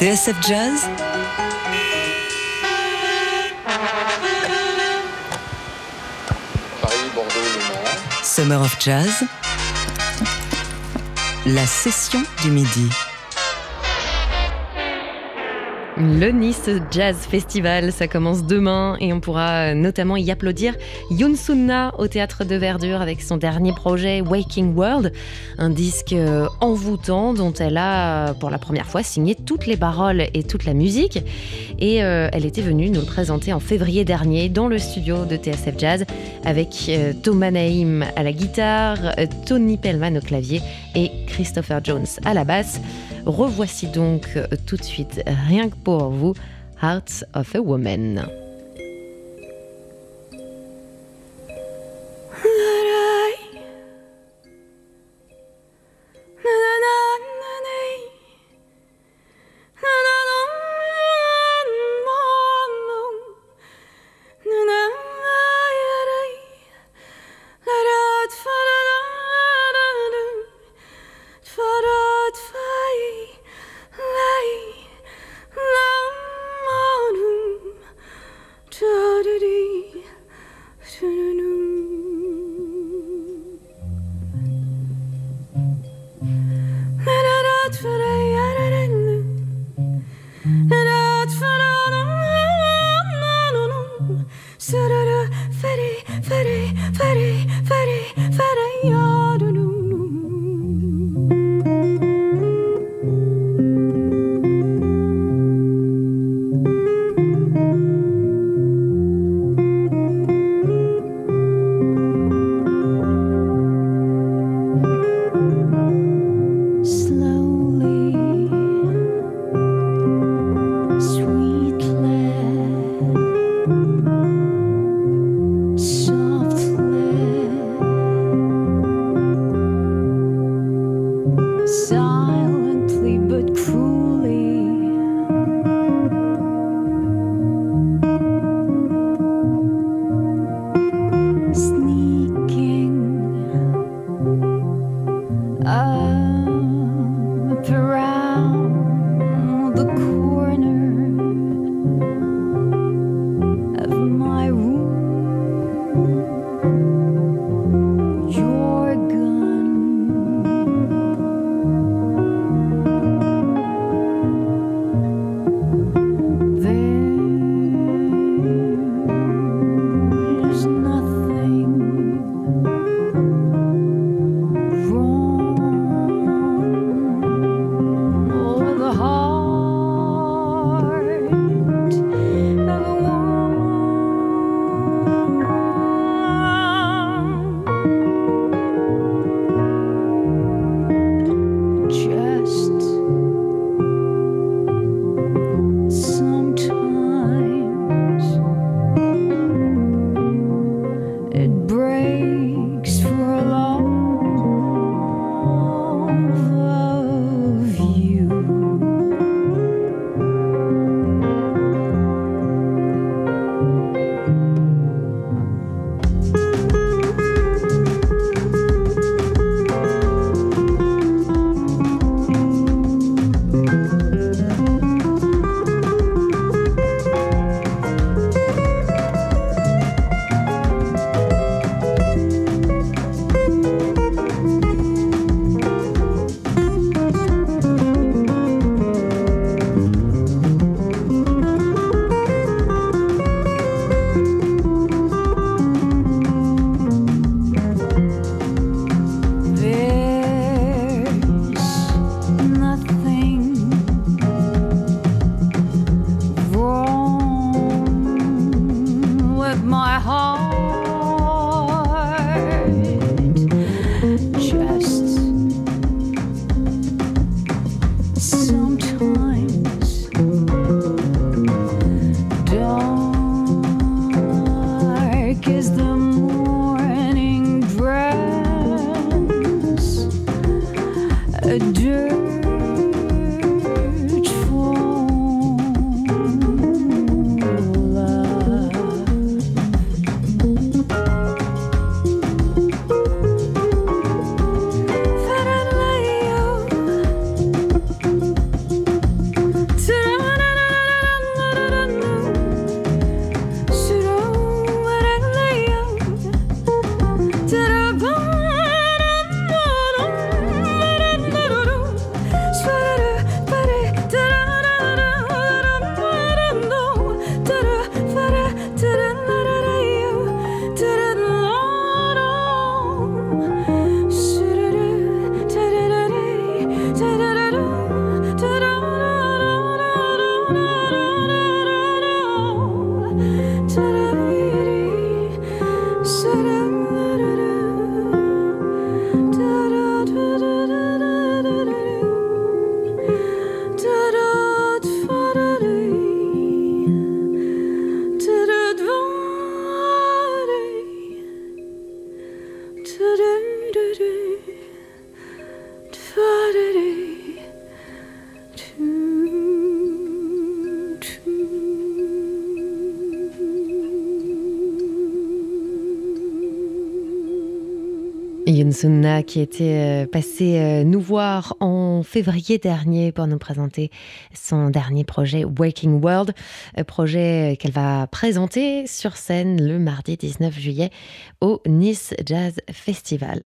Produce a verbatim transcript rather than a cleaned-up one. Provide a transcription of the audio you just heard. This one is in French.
T S F Jazz, Paris, Bordeaux, Le Mans. Summer of Jazz, la session du midi. Le Nice Jazz Festival, ça commence demain et on pourra notamment y applaudir Youn Sunna au Théâtre de Verdure avec son dernier projet Waking World, un disque envoûtant dont elle a pour la première fois signé toutes les paroles et toute la musique. Et euh, elle était venue nous le présenter en février dernier dans le studio de T S F Jazz avec euh, Thomas Naïm à la guitare, euh, Tony Pellman au clavier et Christopher Jones à la basse. Revoici donc euh, tout de suite, rien que pour vous, Hearts of a Woman. Yoon Sun-na qui était passé nous voir en février dernier pour nous présenter son dernier projet Waking World, projet qu'elle va présenter sur scène le mardi dix-neuf juillet au Nice Jazz Festival.